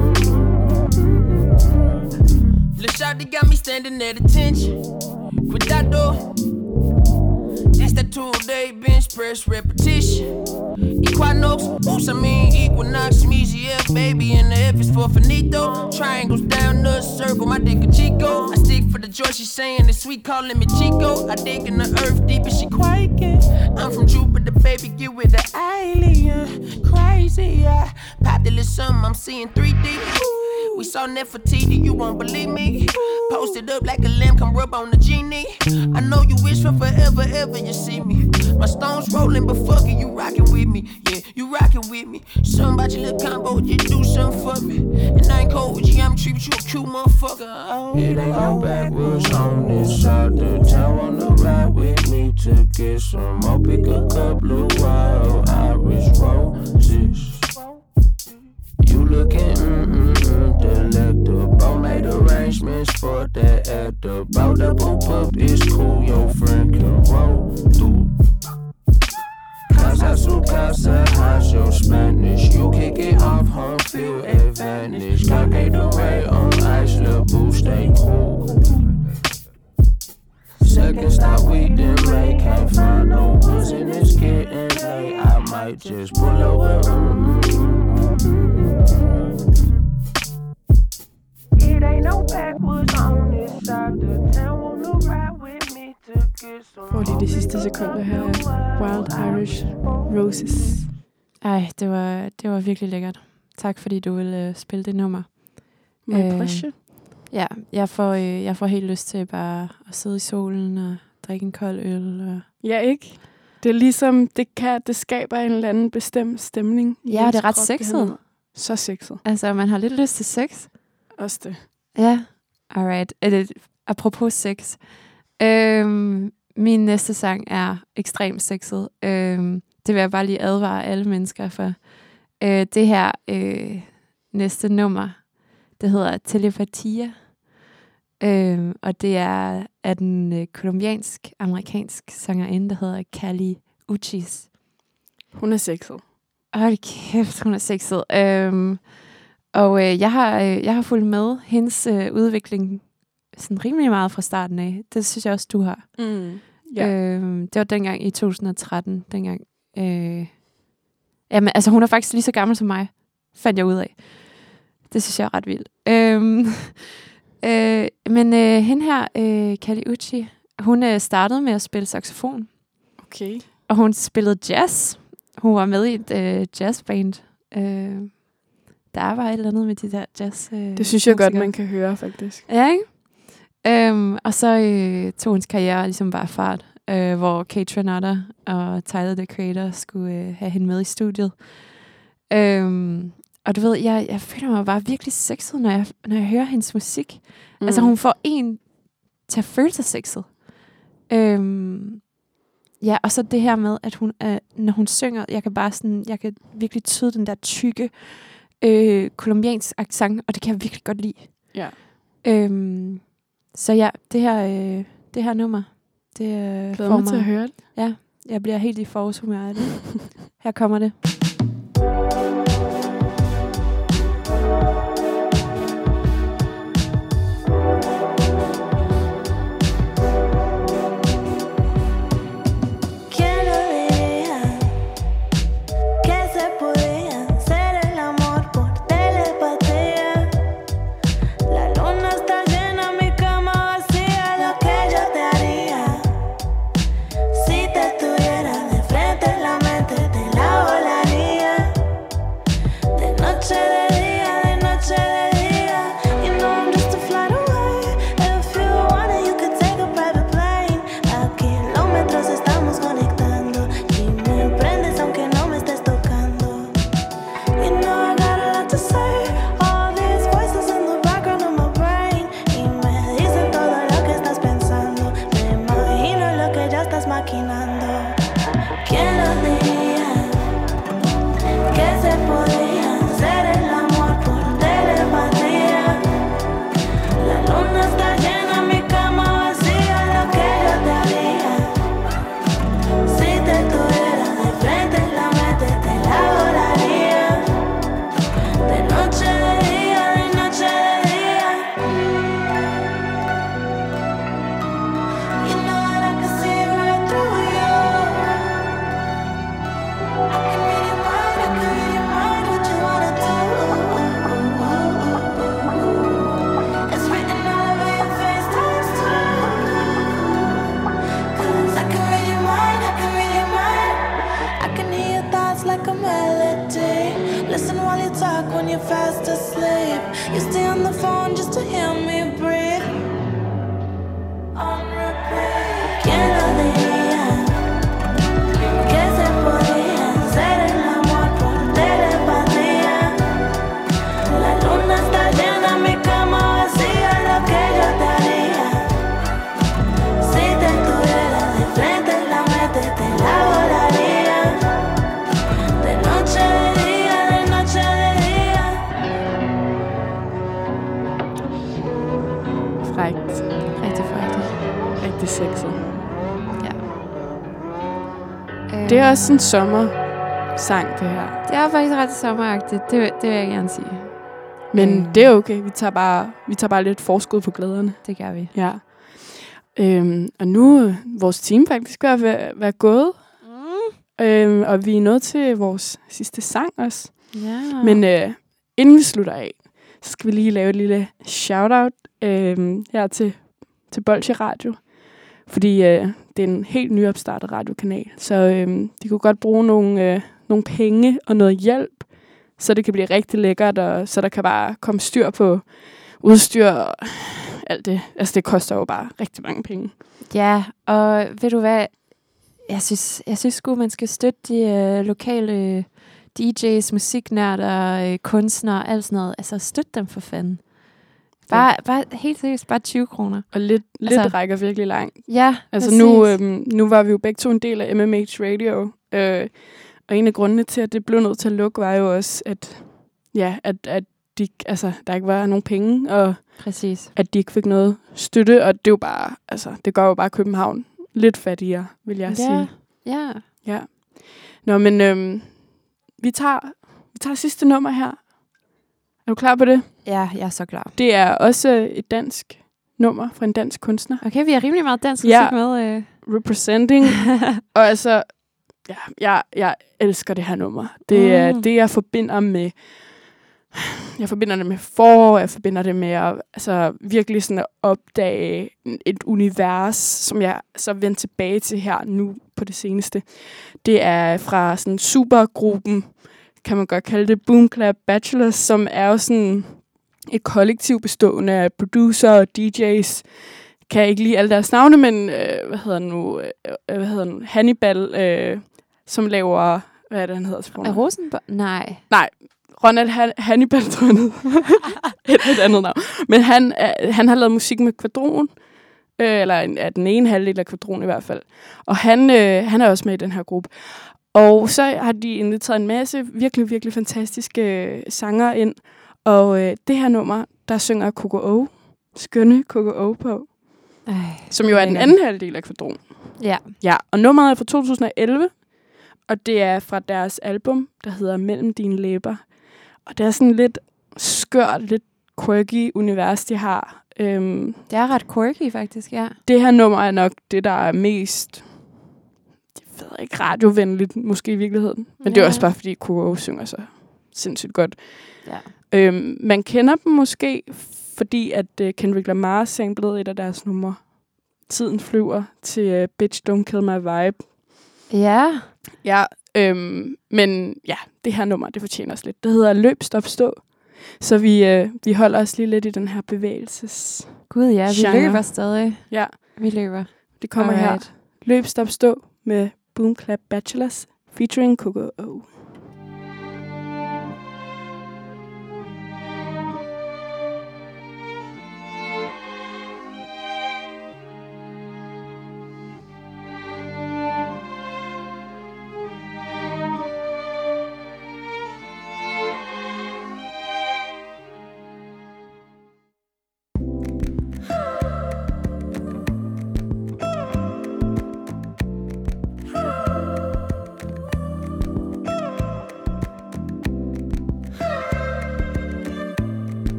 Lil' shawty got me standing at attention. Cuidado. This that two-day bench press repetition. Equinox, oops, I mean Equinox. I'm easy F, baby, and the F is for finito. Triangles down the circle, my dick a Chico. I stick for the joy, she saying it's sweet, calling me Chico. I dig in the earth deep and she quaking. I'm from Jupiter, baby, get with the alien. Crazy, yeah. Pop the little something, I'm seeing three D. We saw Nefertiti, you won't believe me. Posted up like a lamb, come rub on the genie. I know you wish for forever, ever you see me. My stones rolling, but fuck it, you rockin' with me. Yeah, you rockin' with me. Something about your little combo, you do something for me. And I ain't cold with you, I'm treating you a cute motherfucker. Oh, It ain't no backwoods on this side of town. Wanna ride with me to get some more? Pick a couple of wild Irish roses. You looking mm-mm-mm delectable. Made arrangements for that at the bar. The boop up is cool, your friend can roll through. Casa su casa, how's your Spanish? You kick it off, home field advantage. Can't get the ray on ice, little boo, stay cool. Second stop, we done made, can't find no woods and it's getting late. I might just pull over. It ain't no backwoods on this side of town. Wanna ride with me to get some. Prøv lige de sidste sekunder her af Wild Irish Roses. Ej, det var, det var virkelig lækkert. Tak fordi du vil øh, spille det nummer. My Øh, pleasure. Ja, jeg får, øh, jeg får helt lyst til bare at sidde i solen og drikke en kold øl. Og Ja, ikke? Det er ligesom, det, kan, det skaber en eller anden bestemt stemning. i Ja, ens det er ret krop, sexet. her. Så sexet. altså, man har lidt lyst til sex. Også det. Ja, alright. Er det, apropos sex. Øhm, min næste sang er ekstremt sexet. Øhm, det vil jeg bare lige advare alle mennesker for. Øh, det her øh, næste nummer, det hedder Telepatia. Øhm, og det er af den øh, kolumbiansk-amerikansk sangerinde, der hedder Kali Uchis. Hun er sexet. Hold kæft, hun er sexet. Øhm, og øh, jeg, har, øh, jeg har fulgt med hendes øh, udvikling sådan rimelig meget fra starten af. Det synes jeg også, du har. Mm. Ja. Øhm, det var dengang i to tusind og tretten. Dengang, øh, jamen, altså, hun er faktisk lige så gammel som mig, fandt jeg ud af. Det synes jeg er ret vildt. Øhm, øh, men øh, hende her, øh, Kali Uchi, hun øh, startede med at spille saxofon. Okay. Og hun spillede jazz. Hun var med i et øh, jazzband. Øh, der var et eller andet med de der jazz. Øh, Det synes jeg godt, musikere. man kan høre, faktisk. Ja, ikke? Øhm, og så øh, tog hendes karriere ligesom bare fart, øh, hvor Kate Renata og Tyler, the Creator, skulle øh, have hende med i studiet. Øhm, og du ved, jeg, jeg føler mig bare virkelig sexet, når jeg, når jeg hører hendes musik. Mm. Altså, hun får en til at føle sig sexet. Øhm, ja, og så det her med, at hun, øh, når hun synger, jeg kan bare sådan, jeg kan virkelig tyde den der tykke øh, kolumbiansk accent, og det kan jeg virkelig godt lide. Ja. Øhm, så ja, det her, øh, det her nummer, det øh, Glæder får mig til at høre det. Ja, jeg bliver helt i forårshumør af det. Her kommer det. Det er også en sommersang, det her. Det er faktisk ret sommeragtigt, det, det vil jeg gerne sige. Men øhm. det er okay. Vi tager bare, vi tager bare lidt forskud på glæderne. Det gør vi. Ja. Øhm, og nu er vores team faktisk ved at være, være gået. Mm. Øhm, og vi er nået til vores sidste sang også. Ja. Men øh, inden vi slutter af, så skal vi lige lave et lille shout-out øh, her til, til Bolsje Radio. Fordi øh, det er en helt nyopstartet radiokanal. Så øh, de kunne godt bruge nogle, øh, nogle penge og noget hjælp så det kan blive rigtig lækkert, og så der kan bare komme styr på udstyr og alt det. Altså, det koster jo bare rigtig mange penge. Ja, og ved du hvad? Jeg synes, jeg synes sgu, man skal støtte de øh, lokale D J's, musiknørder, øh, kunstnere, alt sådan noget. Altså, støt dem for fanden. Bare, ja. bare helt seriøst, bare tyve kroner. Og lidt, altså, lidt rækker virkelig langt. Ja, altså nu, øhm, nu var vi jo begge to en del af M M H Radio, øh, og en af grundene til, at det blev nødt til at lukke, var jo også, at, ja, at, at de, altså, der ikke var nogen penge, og præcis. At de ikke fik noget støtte, og det er jo bare, altså, det gør jo bare København lidt fattigere, vil jeg ja. sige. Ja. Ja. Nå, men øhm, vi tager, vi tager sidste nummer her. Er du klar på det? Ja, jeg er så klar. Det er også et dansk nummer fra en dansk kunstner. Okay, vi har rimelig meget dansk ja. musik med. Øh. Representing. Og altså, ja, jeg, jeg elsker det her nummer. Det er mm. det, jeg forbinder med... Jeg forbinder det med forår, jeg forbinder det med at altså, virkelig sådan at opdage et univers, som jeg så vender tilbage til her nu på det seneste. Det er fra sådan supergruppen, kan man godt kalde det, Boom Clap Bachelors, som er jo sådan et kollektiv bestående af producer og D J's. Kan jeg ikke lide alle deres navne, men øh, hvad hedder nu, øh, hvad hedder nu, Hannibal, øh, som laver, hvad er det, han hedder? Er Rosenborg? Nej. Nej. Ronald Han- Hannibal, tror jeg. et, et andet navn. Men han, øh, han har lavet musik med Kvadron, øh, eller en, af den ene halvdel af Kvadron i hvert fald. Og han, øh, han er også med i den her gruppe. Og så har de inviteret en masse virkelig, virkelig fantastiske øh, sanger ind. Og øh, det her nummer, der synger K K O, skønne K K O på, Ej, som jo er den anden halvdel af Kvadron. Ja. Ja, og nummeret er fra to tusind og elleve, og det er fra deres album, der hedder Mellem dine læber. Og det er sådan lidt skørt, lidt quirky univers, de har. Øhm, det er ret quirky, faktisk, ja. Det her nummer er nok det, der er mest, jeg ved ikke, radiovenligt, måske i virkeligheden. Men ja. Det er også bare, fordi K K O synger så sindssygt godt. Ja. Øhm, man kender dem måske, fordi at uh, Kendrick Lamar samplede et af deres numre. Tiden flyver til uh, Bitch Don't Kill My Vibe. Ja. Ja, øhm, men ja, det her nummer, det fortjener os lidt. Det hedder Løb, Stop, Stå. Så vi, øh, vi holder os lige lidt i den her bevægelses. Gud ja, vi genre. løber stadig. Ja. Vi løber. Det kommer Alright. her. Løb, Stop, Stå med Boom Clap Bachelors featuring K K O.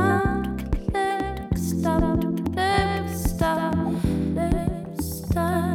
Stop.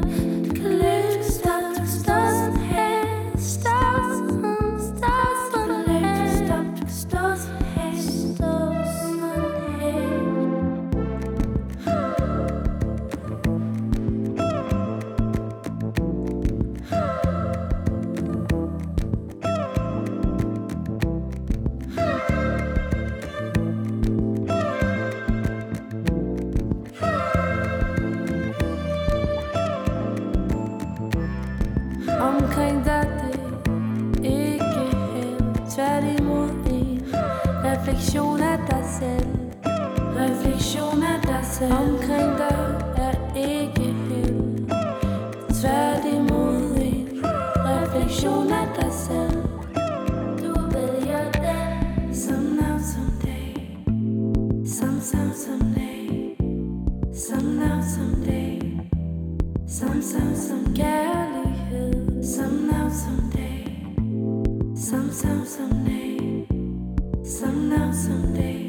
refleksion af dig selv. Refleksion af dig selv. Omkring dig er ikke held. Tværtimod en refleksion af dig selv. Du vælger den som navn som dag. Som sang som dag. Som navn som dag. Som sang som kærlighed. Som navn som dag. Som sang som dag. Som navn som dag.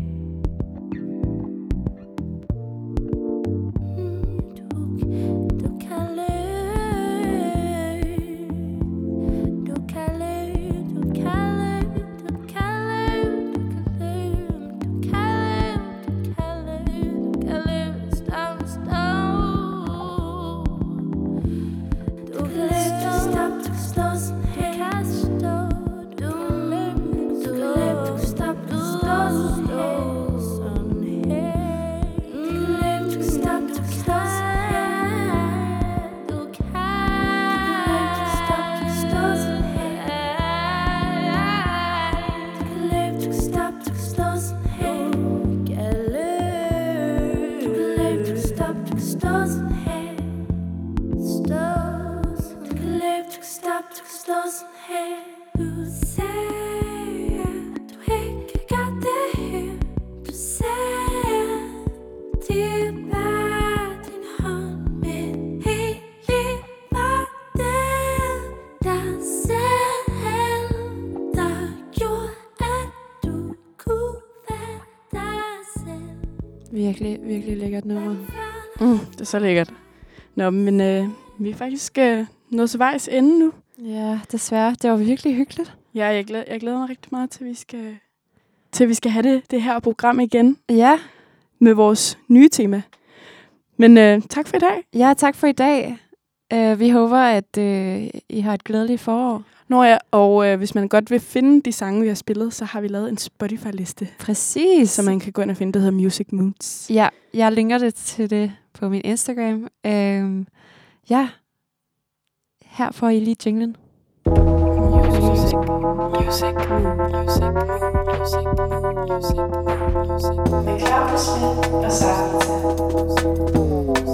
Virkelig, virkelig lækkert nummer. Mm, det er så lækkert. Nå, men øh, vi er faktisk øh, nået til vejs ende nu. Ja, desværre. Det var virkelig hyggeligt. Ja, jeg glæder, jeg glæder mig rigtig meget til, at vi skal, til, at vi skal have det, det her program igen. Ja. Med vores nye tema. Men øh, tak for i dag. Ja, tak for i dag. Uh, vi håber, at uh, I har et glædeligt forår. Nå ja, og øh, hvis man godt vil finde de sange, vi har spillet, så har vi lavet en Spotify-liste. Præcis. Så man kan gå ind og finde, der hedder Music Moods. Ja, jeg linker det til det på min Instagram. Uh, ja, her får I lige jinglen. Music, music, music, music, music, music, music. Med Claus Smith og Sarah.